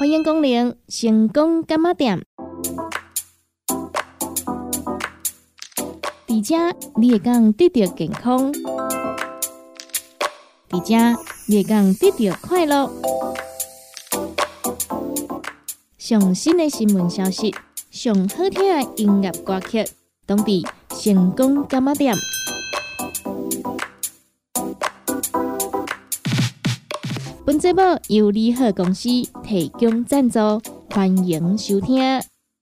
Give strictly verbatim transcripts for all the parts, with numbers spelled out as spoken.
欢迎光临成功柑仔店。伫遮你会讲得到健康，伫遮你会讲得到快乐。上新的新闻消息，上好听的音乐歌曲，拢伫成功柑仔店。本节目由利好公司提供赞助，欢迎收听。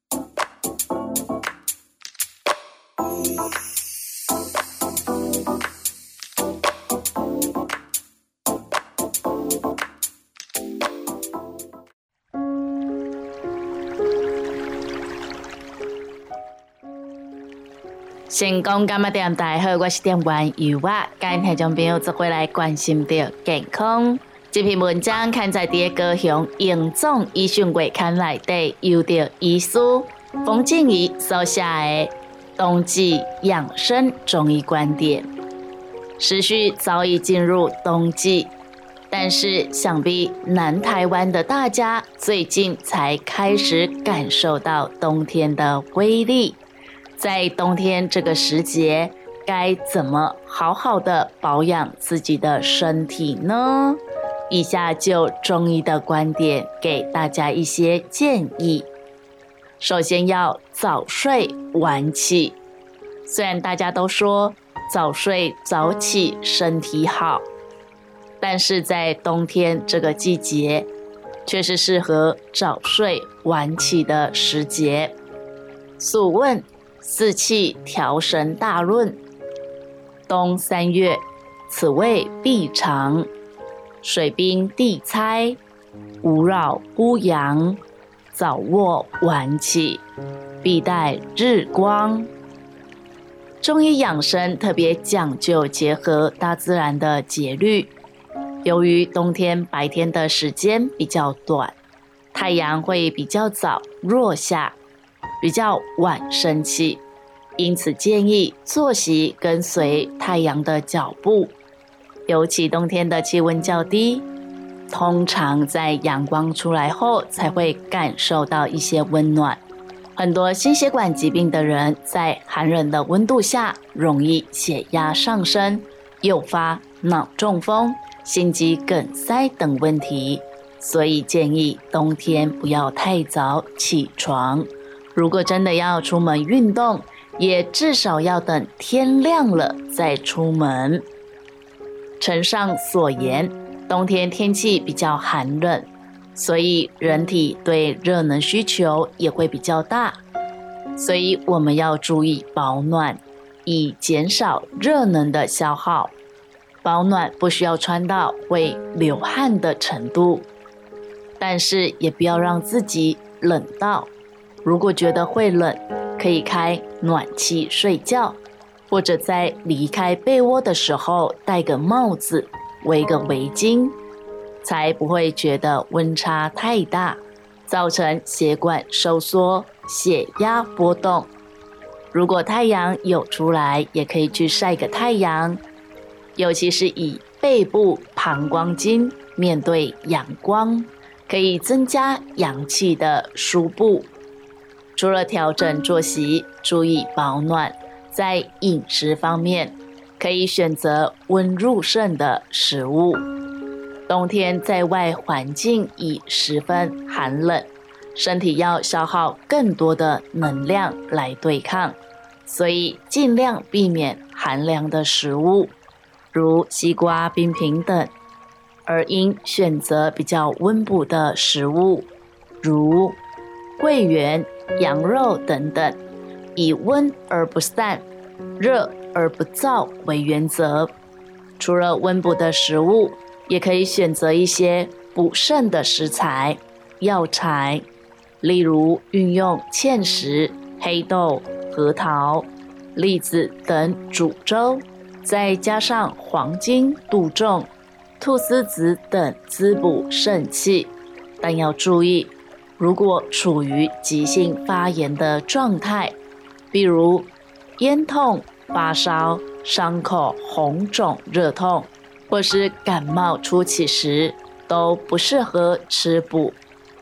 成功柑仔店，大家好，我是店员尤娃，今日听众朋友做回来关心到健康。这篇文章刊载伫高雄荣总医学月刊内底，由着医师冯静怡所写的冬季养生中医观点。时序早已进入冬季，但是想必南台湾的大家最近才开始感受到冬天的威力。在冬天这个时节，该怎么好好的保养自己的身体呢？以下就中医的观点给大家一些建议。首先要早睡晚起，虽然大家都说早睡早起身体好，但是在冬天这个季节，却是适合早睡晚起的时节。俗问四气调神大论，冬三月，此谓必长。水冰地猜，勿扰孤阳，早卧晚起，必待日光。中医养生特别讲究结合大自然的节律，由于冬天白天的时间比较短，太阳会比较早落下，比较晚升起，因此建议作息跟随太阳的脚步。尤其冬天的气温较低，通常在阳光出来后才会感受到一些温暖。很多心血管疾病的人在寒冷的温度下容易血压上升，诱发脑中风、心肌梗塞等问题，所以建议冬天不要太早起床。如果真的要出门运动，也至少要等天亮了再出门。承上所言，冬天天气比较寒冷，所以人体对热能需求也会比较大，所以我们要注意保暖，以减少热能的消耗。保暖不需要穿到会流汗的程度，但是也不要让自己冷到，如果觉得会冷，可以开暖气睡觉，或者在离开被窝的时候戴个帽子，围个围巾，才不会觉得温差太大，造成血管收缩、血压波动。如果太阳有出来，也可以去晒个太阳，尤其是以背部膀胱经面对阳光，可以增加阳气的输布。除了调整作息，注意保暖，在饮食方面，可以选择温入肾的食物。冬天在外环境已十分寒冷，身体要消耗更多的能量来对抗，所以尽量避免寒凉的食物，如西瓜、冰品等，而应选择比较温补的食物，如桂圆、羊肉等等，以温而不散、热而不燥为原则。除了温补的食物，也可以选择一些补肾的食材、药材，例如运用芡实、黑豆、核桃、栗子等煮粥，再加上黄金、杜仲、菟丝子等滋补肾气。但要注意，如果处于急性发炎的状态，比如咽痛、发烧、伤口红肿热痛，或是感冒初期时，都不适合吃补，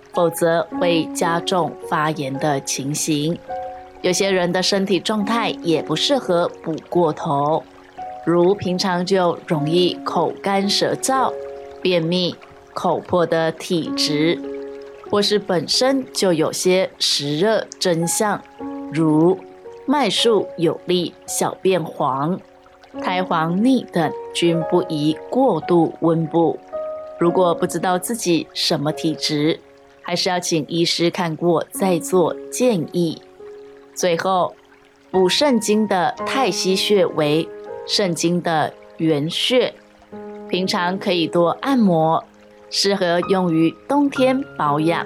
否则会加重发炎的情形。有些人的身体状态也不适合补过头，如平常就容易口干舌燥、便秘、口破的体质，或是本身就有些湿热征象，如脉数有力、小便黄、苔黄腻等，均不宜过度温补。如果不知道自己什么体质，还是要请医师看过再做建议。最后，补肾经的太溪穴为肾经的原穴，平常可以多按摩，适合用于冬天保养。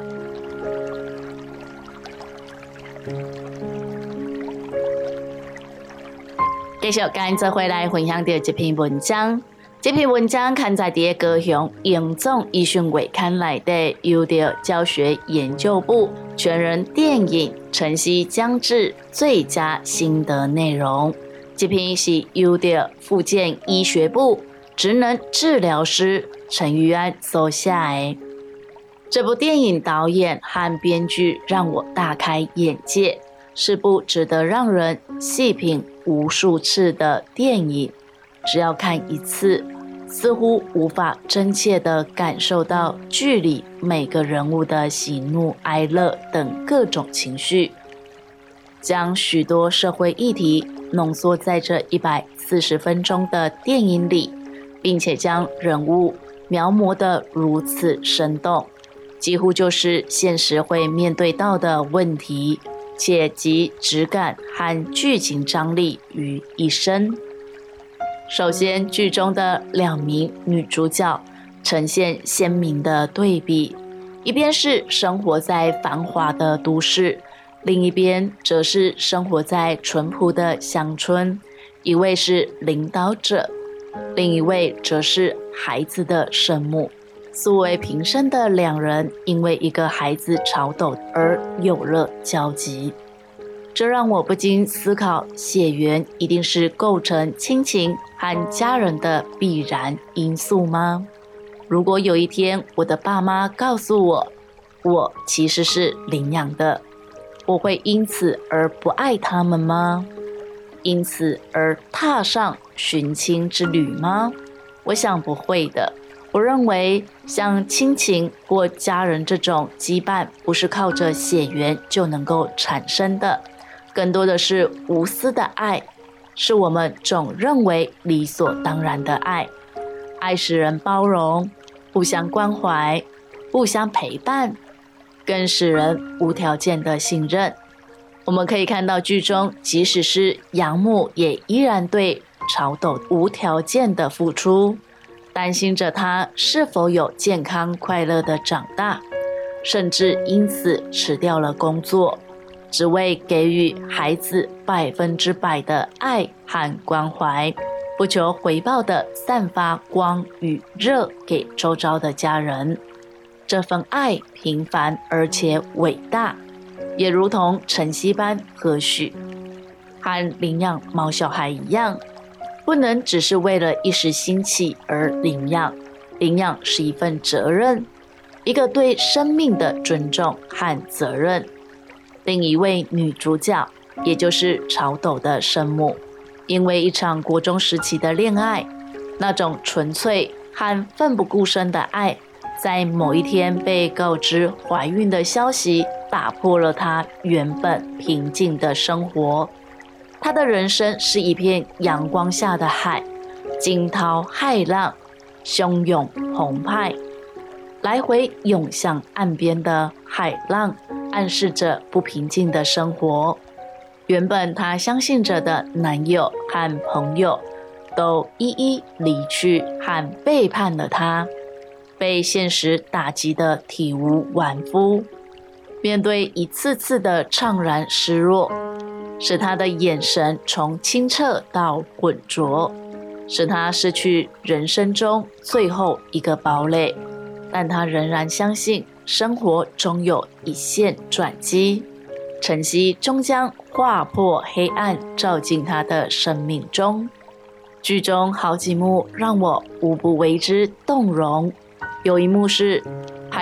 继续跟做回来分享到这篇文章，这篇文章刊载在高雄永总医讯月刊内底，由着教学研究部全人电影晨曦将至最佳心得内容。这篇是由着复健医学部职能治疗师陈玉安所写的。这部电影导演和编剧让我大开眼界，是部值得让人细品无数次的电影。只要看一次，似乎无法真切地感受到剧里每个人物的喜怒哀乐等各种情绪，将许多社会议题浓缩在这一百四十分钟的电影里，并且将人物描摹得如此生动，几乎就是现实会面对到的问题，且集质感和剧情张力于一身。首先，剧中的两名女主角呈现鲜明的对比，一边是生活在繁华的都市，另一边则是生活在淳朴的乡村。一位是领导者，另一位则是孩子的生母。素为平生的两人，因为一个孩子潮斗而有了交集。这让我不禁思考，血缘一定是构成亲情和家人的必然因素吗？如果有一天我的爸妈告诉我，我其实是领养的，我会因此而不爱他们吗？因此而踏上寻亲之旅吗？我想不会的。我认为像亲情或家人这种羁绊，不是靠着血缘就能够产生的，更多的是无私的爱，是我们总认为理所当然的爱。爱使人包容，互相关怀，互相陪伴，更使人无条件的信任。我们可以看到剧中，即使是养母也依然对潮斗无条件的付出，担心着他是否有健康快乐的长大，甚至因此辞掉了工作，只为给予孩子百分之百的爱和关怀，不求回报的散发光与热给周遭的家人。这份爱平凡而且伟大，也如同晨曦般和煦。和领养毛小孩一样，不能只是为了一时兴起而领养，领养是一份责任，一个对生命的尊重和责任。另一位女主角，也就是潮斗的生母，因为一场国中时期的恋爱，那种纯粹和奋不顾身的爱，在某一天被告知怀孕的消息，打破了她原本平静的生活。她的人生是一片阳光下的海，惊涛骇浪，汹涌澎湃，来回涌向岸边的海浪，暗示着不平静的生活。原本她相信着的男友和朋友，都一一离去和背叛了她，被现实打击得体无完肤。面对一次次的怅然失落，使他的眼神从清澈到浑浊，使他失去人生中最后一个堡垒。但他仍然相信生活终有一线转机，晨曦终将划破黑暗，照进他的生命中。剧中好几幕让我无不为之动容。有一幕是孩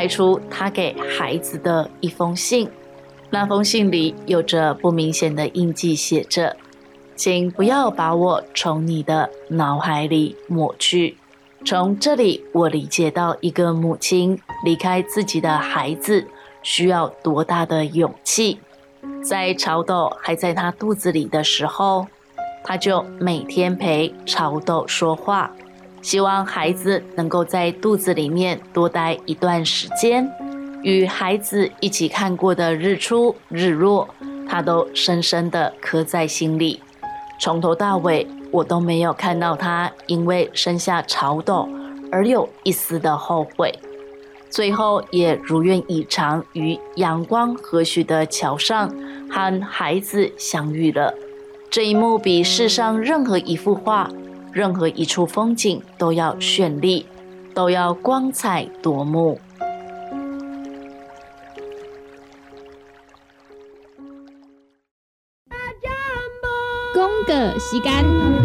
拍出他给孩子的一封信。那封信里有着不明显的印记，写着：请不要把我从你的脑海里抹去。从这里我理解到一个母亲离开自己的孩子需要多大的勇气。在潮斗还在他肚子里的时候，他就每天陪潮斗说话，希望孩子能够在肚子里面多待一段时间。与孩子一起看过的日出日落，他都深深地刻在心里。从头到尾我都没有看到他因为生下潮斗而有一丝的后悔。最后也如愿以偿，于阳光和煦的桥上和孩子相遇了。这一幕比世上任何一幅画、任何一处风景都要绚丽，都要光彩夺目。 广告时间。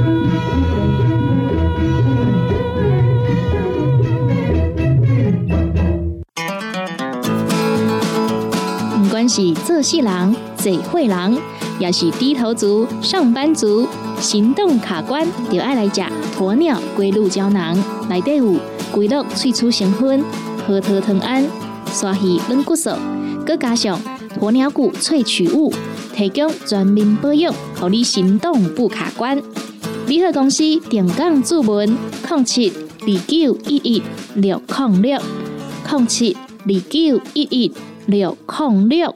不管是做事人、做伙人，也是低头族、上班族，行动卡关，就爱来吃鸵鸟龟鹿胶囊。内底有龟鹿萃取成分，核桃藤胺、鲨鱼软骨素，佮加上鸵鸟骨萃取物。提供全面保养，让你行动不卡关。联合公司定岗注文：零七二九一一六零六零七二九一一六零六。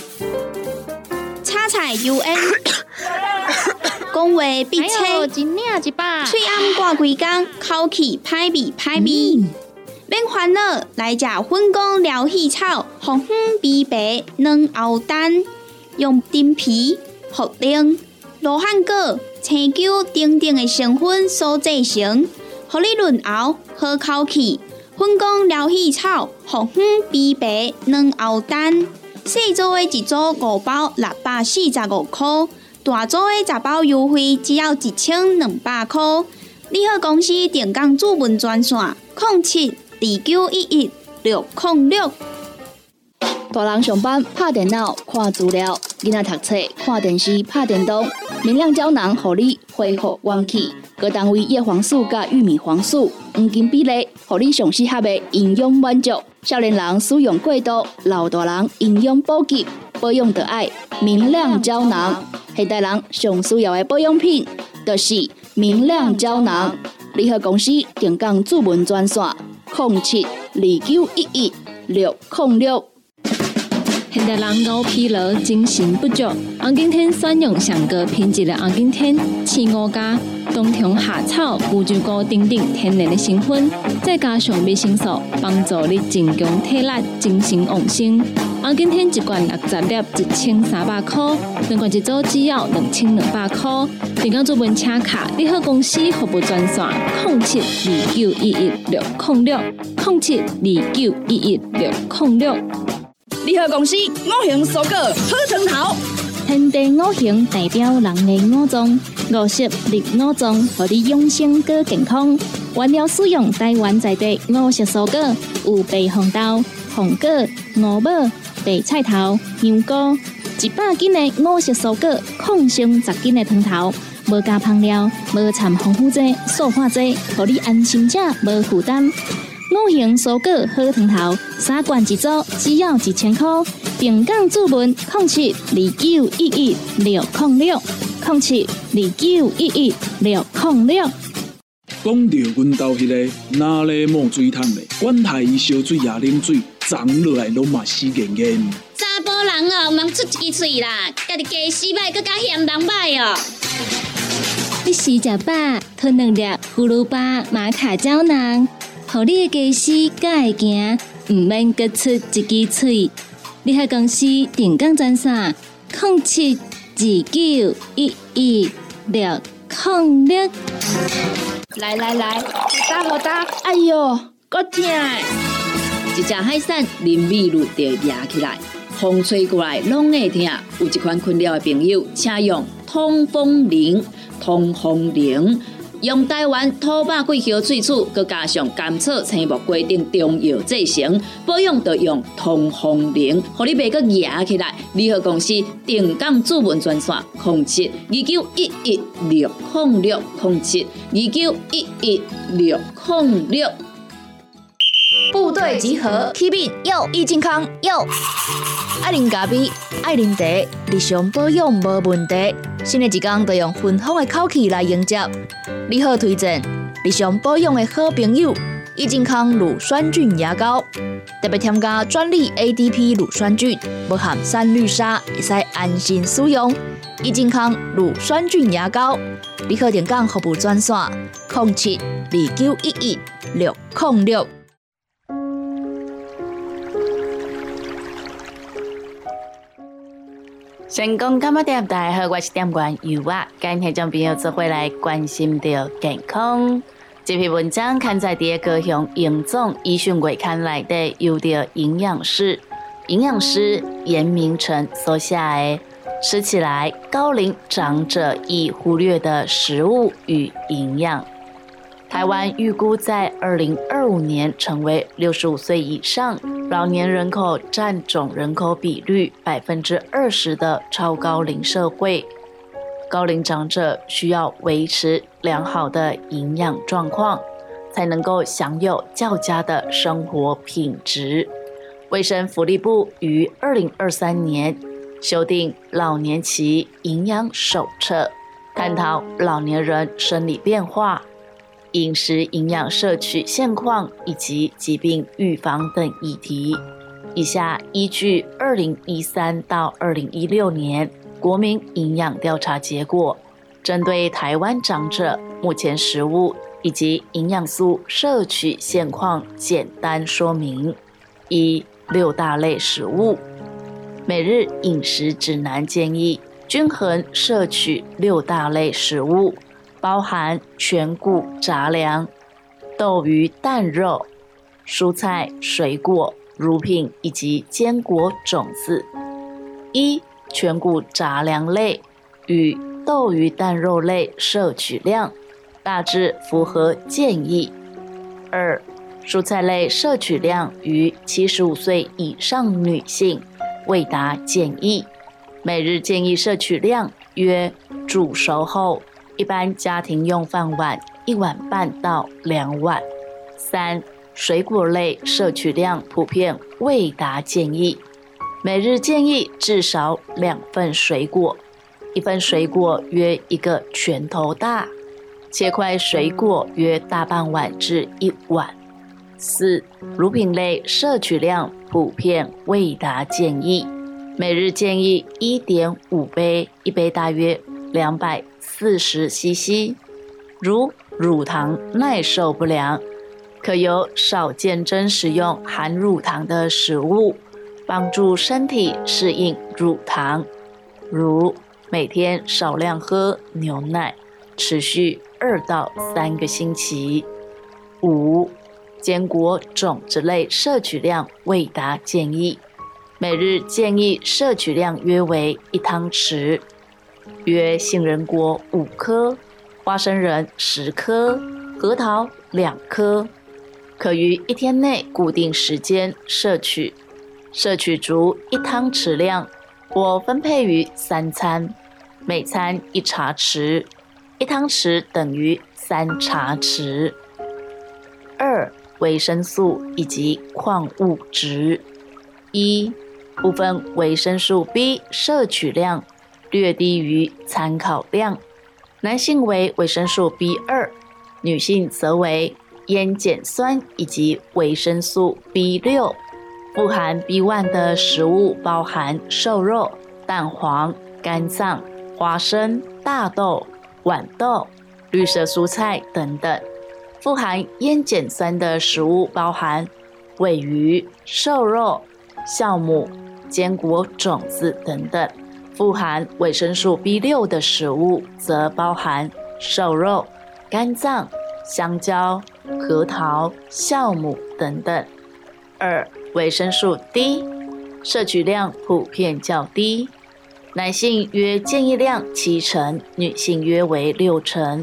叉菜 U N， 讲话必切， 一领一把， 嘴暗挂规工，口气歹味歹味。免烦恼，来食粉果疗气草，红粉枇杷软喉丹。用陈皮、茯苓、罗汉果、青椒等等的成分所制成，让你润喉好口气。粉果疗气草、红粉枇杷软喉丹，细组的一组五包六百四十五块，大组的十包优惠只要一千两百块。联合公司定岗主文专线：零七二九一一六零六。 大人上班拍电脑看资料，囡仔读册看电视拍电动，明亮胶囊互你恢复元气。各单位叶黄素甲玉米黄素黄金比例，互你上适合的营养满足。少年人使用过度，老大人营养补给，保养就爱明亮胶囊。现代人上需要的保养品，就是明亮胶囊。联合公司定岗主文专线：零七二九一一六零六。 现代人熬疲劳、精神不足，红景天选用上高品质的红景天青乌加、冬虫夏草、乌鸡菇等等天然的成分，再加上维生素，帮助你增强体力、精神旺盛。红景天一罐六十粒，一千三百块；两罐一组只要两千两百块。订购主文车卡，联合公司服务专线：零七二九一一六零六零七二九一一六零六。 联合公司五行蔬果好汤头， 天地五行代表人的五脏，五色绿五脏，让你养生更健康。原料使用台湾在地五色蔬果，有白红豆、红果、五宝、白菜头、香菇，一百斤的五色蔬果，抗性十斤的汤头。无加香料，无掺防腐剂、塑化剂，让你安心吃，无负担。五行蔬果好汤头，三罐一组，只要一千块。定岗主文：零七二九一一六零六零七二九一一六零六。 讲到阮兜迄个哪里冒水桶的，管他伊烧水也啉水，长落来拢嘛死严严。 查甫人哦，毋通出一支嘴啦，家己家洗歹，更加嫌人歹哦。 你食食饱，吞两粒葫芦巴、玛卡胶囊。互你的家私才会行，毋免各出一支嘴。联合公司定岗专线：零七二九一一六零六。 来来来，好打好打，哎哟，够痛！一只海扇淋米露就压起来，风吹过来拢会痛。有一款困扰的朋友，请用通风铃。通风铃用台湾土白桂花萃取，佮加上甘草、青木规定中药制成，保养就用通风灵，互你袂佮压起来。联合公司定岗主文专线：零七二九一一六零六零七二九一一六零六。 部队集合，起面要易健康要。爱啉咖啡，爱啉茶，日常保养无问题。新的一天就用芬芳的口气来迎接。你好推荐日常保养的好朋友易健康乳酸菌牙膏，特别添加专利 A D P 乳酸菌，不含三氯沙，会使安心使用。易健康乳酸菌牙膏，你好点讲服务专线：零七二九一一六零六。 成功干嘛点？大家好，我是点员尤娃，今天将朋友做回来关心到健康。这篇文章刊在第高雄营总医讯月刊内底，由着营养师营养师严明成所写的，吃起来高龄长者易忽略的食物与营养。台湾预估在二零二五年成为六十五岁以上老年人口占总人口比率百分之二十的超高龄社会。高龄长者需要维持良好的营养状况，才能够享有较佳的生活品质。卫生福利部于二零二三年修订老年期营养手册，探讨老年人生理变化、饮食营养摄取现况以及疾病预防等议题。以下依据二零一三到二零一六年国民营养调查结果，针对台湾长者目前食物以及营养素摄取现况简单说明。一、六大类食物。每日饮食指南建议均衡摄取六大类食物，包含全谷杂粮、豆鱼蛋肉、蔬菜水果、乳品以及坚果种子。一、全谷杂粮类与豆鱼蛋肉类摄取量大致符合建议。二、蔬菜类摄取量于七十五岁以上女性未达建议，每日建议摄取量约煮熟后一般家庭用饭碗一碗半到两碗。三、水果类摄取量普遍未达建议，每日建议至少两份水果，一份水果约一个拳头大，切块水果约大半碗至一碗。四、乳品类摄取量普遍未达建议，每日建议 一点五 杯，一杯大约两百四十 C C。 如乳糖耐受不良，可由少见真食用含乳糖的食物，帮助身体适应乳糖，如每天少量喝牛奶，持续二到三个星期。五、坚果种子类摄取量未达建议，每日建议摄取量约为一汤匙，约杏仁果五颗，花生仁十颗，核桃两颗，可于一天内固定时间摄取，摄取足一汤匙量，或分配于三餐，每餐一茶匙，一汤匙等于三茶匙。二、维生素以及矿物质。一、部分维生素 B 摄取量略低于参考量，男性为维生素 B 二， 女性则为烟碱酸以及维生素 B 六。 富含 B 一 的食物包含瘦肉、蛋黄、肝脏、花生、大豆、豌豆、绿色蔬菜等等。富含烟碱酸的食物包含鲔鱼、瘦肉、酵母、坚果种子等等。富含维生素 B 六 的食物则包含瘦肉、肝脏、香蕉、核桃、酵母等等。二、维生素 D 摄取量普遍较低，男性约建议量七成，女性约为六成。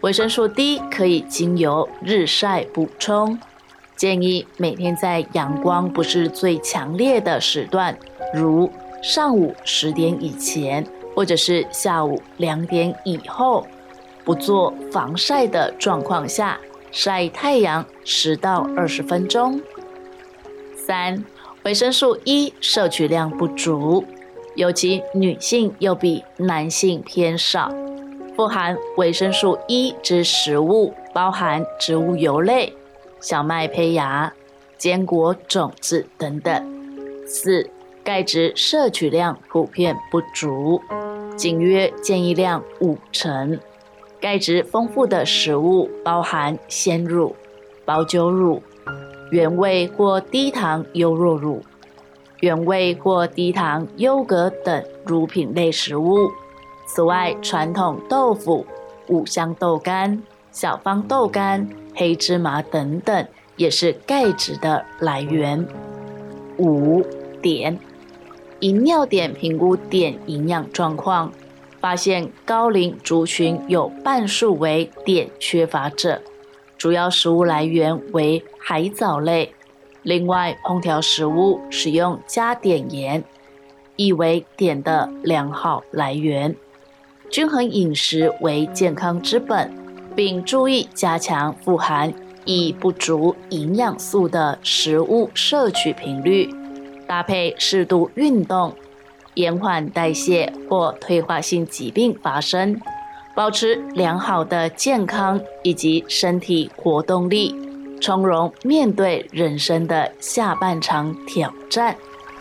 维生素 D 可以经由日晒补充，建议每天在阳光不是最强烈的时段，如上午十点以前，或者是下午两点以后，不做防晒的状况下，晒太阳十到二十分钟。三、维生素 E 摄取量不足，尤其女性又比男性偏少。富含维生素 E 之食物包含植物油类、小麦胚芽、坚果种子等等。四、钙质摄取量普遍不足，仅约建议量五成。钙质丰富的食物包含鲜乳、保久乳、原味或低糖优酪乳、原味或低糖优格等乳品类食物。此外，传统豆腐、五香豆干、小方豆干、黑芝麻等等也是钙质的来源。五、碘。以尿碘评估碘营养状况，发现高龄族群有半数为碘缺乏者，主要食物来源为海藻类。另外，烹调食物使用加碘盐，亦为碘的良好来源。均衡饮食为健康之本，并注意加强富含易不足营养素的食物摄取频率，搭配适度运动，延缓代谢或退化性疾病发生，保持良好的健康以及身体活动力，从容面对人生的下半场挑战。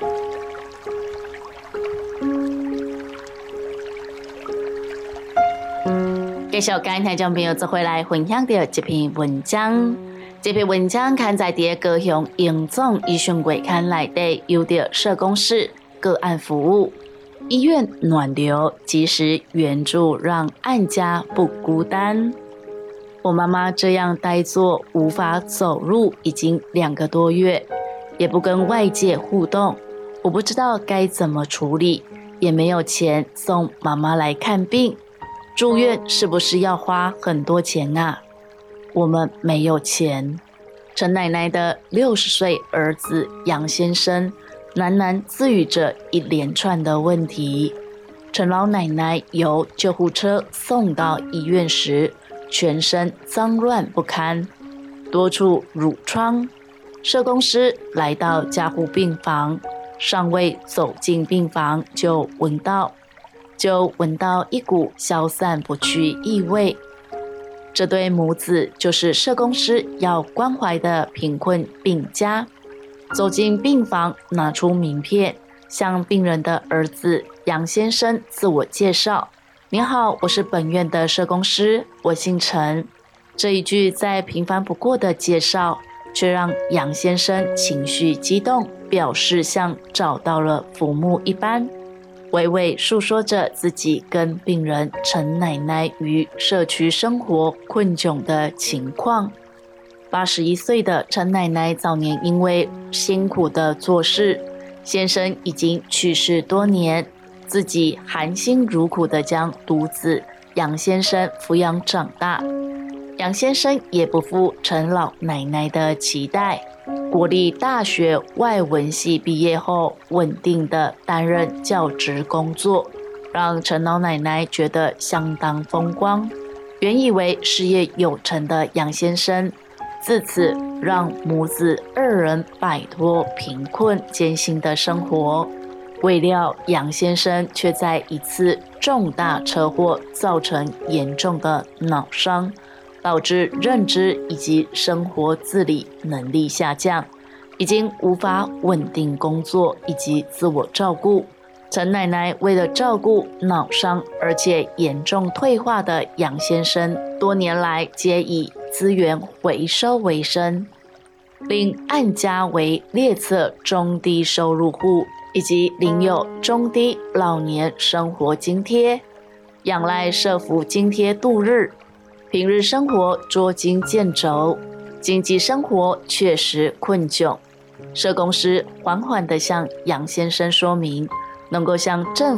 继续跟听众朋友做回来分享到这篇文章。这篇文章刊载在高雄荣总医讯月刊内底，有着社工室个案服务、医院暖流，及时援助，让案家不孤单。我妈妈这样呆坐无法走路已经两个多月，也不跟外界互动，我不知道该怎么处理，也没有钱送妈妈来看病。住院是不是要花很多钱啊？我们没有钱。陈奶奶的六十岁儿子杨先生喃喃自语着一连串的问题。陈老奶奶由救护车送到医院时，全身脏乱不堪，多处褥疮。社工师来到加护病房，尚未走进病房就闻到就闻到一股消散不去异味。这对母子就是社工师要关怀的贫困病家。走进病房，拿出名片，向病人的儿子杨先生自我介绍：您好，我是本院的社工师，我姓陈。这一句再平凡不过的介绍，却让杨先生情绪激动，表示像找到了浮木一般，娓娓述说着自己跟病人陈奶奶于社区生活困窘的情况。八十一岁的陈奶奶早年因为辛苦的做事，先生已经去世多年，自己含辛茹苦地将独子杨先生抚养长大。杨先生也不负陈老奶奶的期待，国立大学外文系毕业后，稳定的担任教职工作，让陈老奶奶觉得相当风光。原以为事业有成的杨先生，自此让母子二人摆脱贫困艰辛的生活。未料杨先生却在一次重大车祸造成严重的脑伤，导致认知以及生活自理能力下降，已经无法稳定工作以及自我照顾。陈奶奶为了照顾脑伤而且严重退化的杨先生，多年来皆以资源回收为生，令案家为列册中低收入户，以及领有中低老年生活津贴，仰赖社福津贴度日。平日生活捉襟见肘，经济生活确实困窘。社工师缓缓地向杨先生说明，能够向政府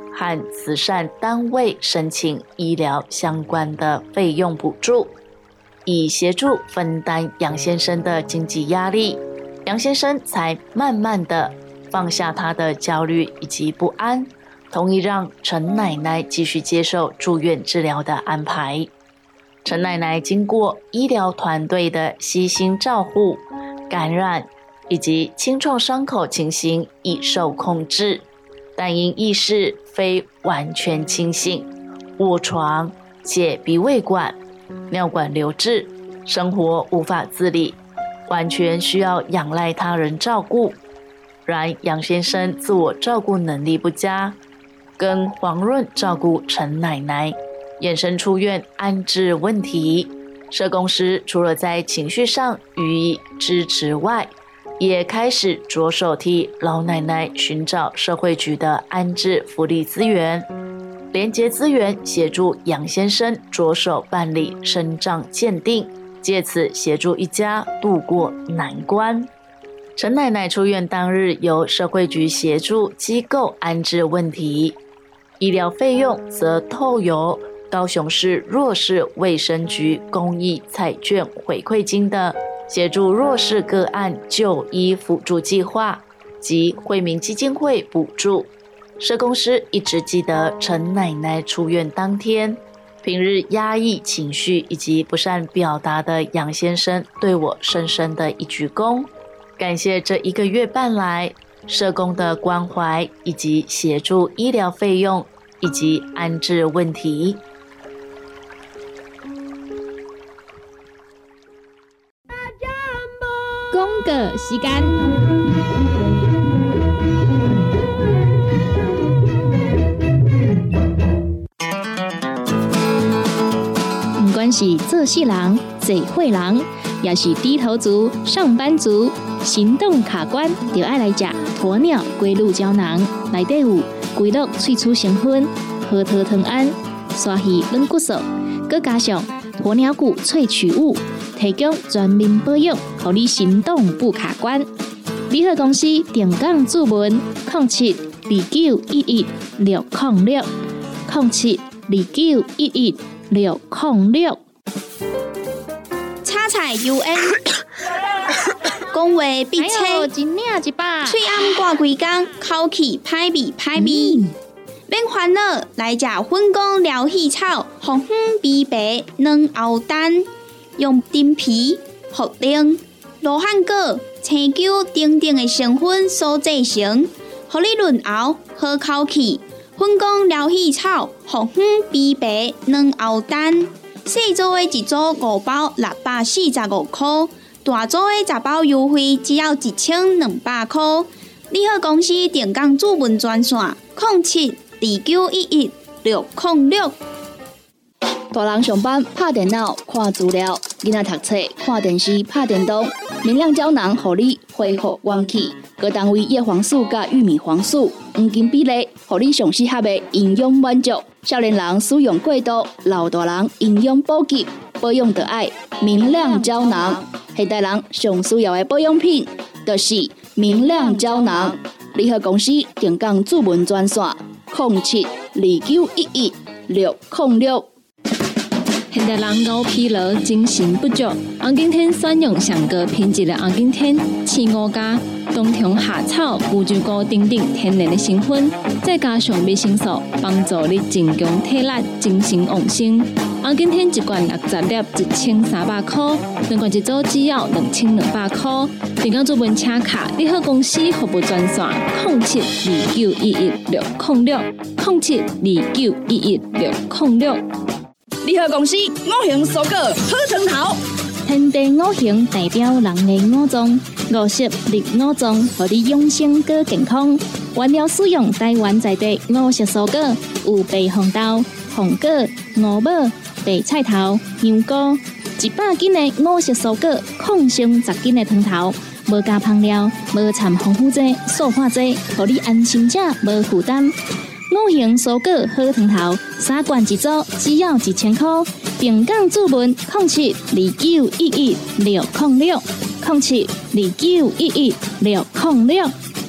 和慈善单位申请医疗相关的费用补助，以协助分担杨先生的经济压力。杨先生才慢慢的放下他的焦虑以及不安，同意让陈奶奶继续接受住院治疗的安排。陈奶奶经过医疗团队的悉心照护，感染以及清创伤口情形已受控制，但因意识非完全清醒，卧床且鼻胃管、尿管留置，生活无法自理，完全需要仰赖他人照顾。然杨先生自我照顾能力不佳，跟黄润照顾陈奶奶，衍生出院安置问题。社工师除了在情绪上予以支持外，也开始着手替老奶奶寻找社会局的安置福利资源，连结资源，协助杨先生着手办理身障鉴定，借此协助一家度过难关。陈奶奶出院当日，由社会局协助机构安置问题，医疗费用则透由高雄市弱势卫生局公益彩券回馈金的协助弱势个案就医辅助计划及惠民基金会补助。社工师一直记得陈奶奶出院当天，平日压抑情绪以及不善表达的杨先生对我深深的一鞠躬，感谢这一个月半来社工的关怀以及协助医疗费用以及安置问题。 广告时间。不管是做事人、做伙人，也是低头族、上班族，行动卡关，就爱来吃鸵鸟龟鹿胶囊。内底有龟鹿萃取成分，核桃藤胺、鲨鱼软骨素，佮加上鸵鸟骨萃取物。提供全面保养，让你行动不卡关。联合公司定岗注文：零七二九一一六零六零七二九一一六零六。 叉彩 U N 讲话必切， 哎呦，一领一把， 喙暗挂规工，口气歹味歹味。免烦恼，来食粉果疗气草，红粉枇杷软喉丹。用丁皮、茯苓、罗汉果、青椒等等的成分所制成，让你润喉好口气。粉果疗气草、红粉枇杷软喉丹，细组的一组五包六百四十五块，大组的十包优惠只要一千两百块。联合公司定岗主文专线：零七二九一一六零六。 大人上班拍电脑看资料，囡仔读册看电视拍电动，明亮胶囊互你恢复元气。各单位叶黄素甲玉米黄素黄金比例，互你上适合的营养满足。少年人使用过度，老大人营养补给，保养就爱明亮胶囊。现代人上需要的保养品，就是明亮胶囊。联合公司定岗主文专线：零七二九一一六零六。 现代人熬疲劳、精神不足，红景天选用上高品质的红景天青乌加、冬虫夏草、乌鸡菇等等天然的成分，再加上维生素，帮助你增强体力、精神旺盛。红景天一罐六十粒，一千三百块；两罐一组只要两千两百块。订购主文车卡，联合公司服务专线：零七二九一一六零六零七二九一一六零六。 联合公司五行蔬果好汤头， 天地五行代表人的五脏，五色绿五脏，让你养生更健康。原料使用台湾在地五色蔬果，有白红豆、红果、五宝、白菜头、香菇，一百斤的五色蔬果，抗性十斤的汤头。无加香料，无掺防腐剂、塑化剂，让你安心吃，无负担。五行蔬果好汤头，三罐一组，只要一千块。定岗注文：零七二九一一六零六零七二九一一六零六。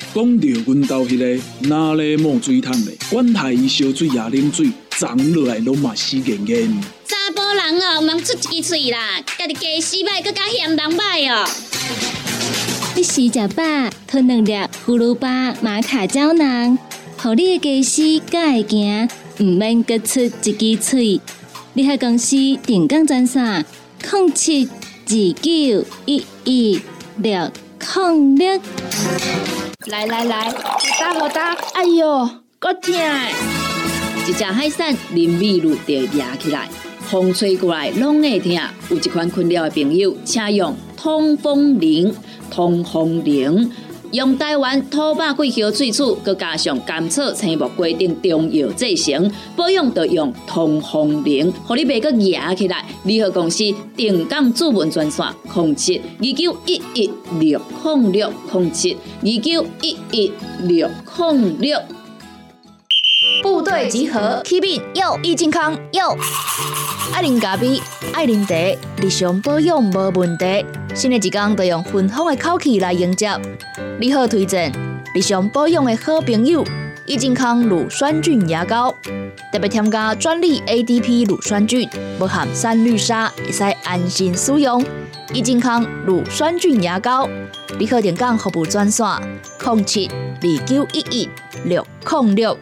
讲到阮兜迄个哪里冒水桶的，管他伊烧水也啉水，长落来拢嘛死严严。 查甫人哦，毋通出一支喙啦，家己家死歹，搁加嫌人歹哦。 你食食饱，吞两粒葫芦巴、马卡胶囊，互你的家死才会行，毋免搁出一支喙。你喺公司定岗专线：零七二九一一六零六。 来来来，好打好打，哎哟，够痛！ 一只海扇林美露就压起来，风吹过来拢会痛。有一款困扰的朋友，请用通风铃。通风铃用台湾土白桂花水煮，佮加上甘草、青木、规定中药制成，保养就用通风铃，互你袂佮压起来。联合公司定岗主文专线：零七二九一一六零六零七二九一一六零六。 部队集合，起面有益健康有。爱啉咖啡，爱啉茶，日常保养无问题。新的一天就用芬芳的口气来迎接。你好推荐日常保养的好朋友益健康乳酸菌牙膏，特别添加专利 A D P 乳酸菌，不含三氯沙，会使安心使用。益健康乳酸菌牙膏，你好点讲服务专线：零七二九一一六零六。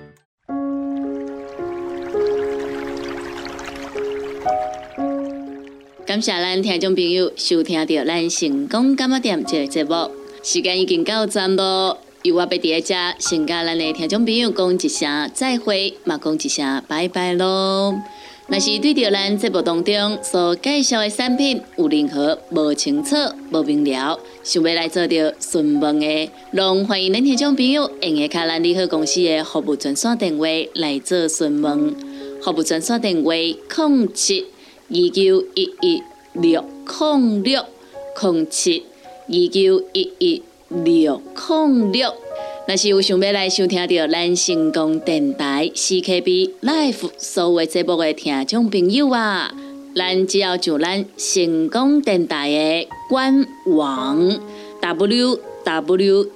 感谢咱听众朋友收听到咱成功感冒店这个节目，时间已经到站咯。由我要伫咧遮，先甲咱的听众朋友讲一声再会，嘛讲一声拜拜咯。若是对着咱节目当中所介绍的产品有任何无清楚、无明了，想要来做着询问的，拢欢迎咱听众朋友用下卡咱利好公司的服务专线电话来做询问。服务专线电话：零七二九一一六零六零七二九一一六零六。若是有想要来收听到咱成功电台 C K B Life 所有节目的听众朋友啊，咱只要上咱成功电台的官网 w w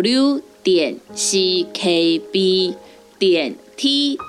w 点 c k b 点 t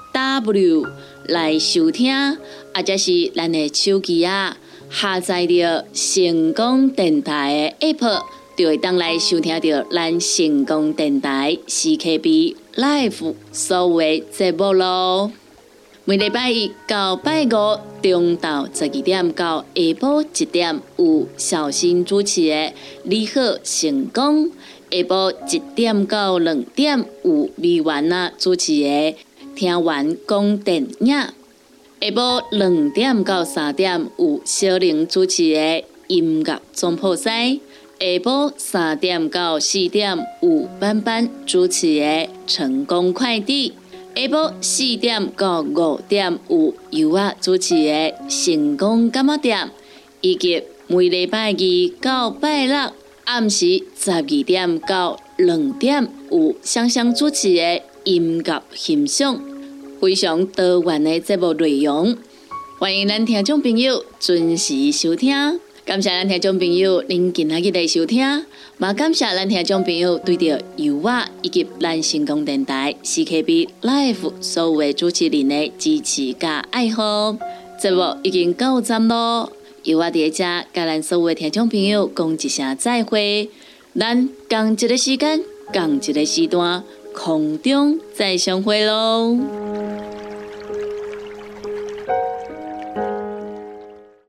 w 来收听，或者是咱的手机啊下载着成功电台的 app， 就会当来收听到咱成功电台 C K B Life 所有的节目咯。每礼拜一到拜五中昼十二点到下晡一点有小新主持的《你好成功》，下晡一点到两点有美婉啊主持的《听完讲电影》。下晡两点到三点有小玲主持的音乐总铺师，下晡三点到四点有班班主持的成功快递，下晡四点到五点有尤啊主持的成功感冒店，以及每礼拜二到拜六暗时十二点到两点有香香主持的音乐欣赏。非常多元的节目内容，欢迎咱听众朋友准时收听。感谢咱听众朋友您今仔日的收听，嘛感谢咱听众朋友对着由我以及咱成功电台 C K B Life 所有的主持人的支持甲爱好。节目已经到站咯，由我伫遮甲咱所有的听众朋友讲一声再会，咱同一个时间，同一个时段。空中再相会喽！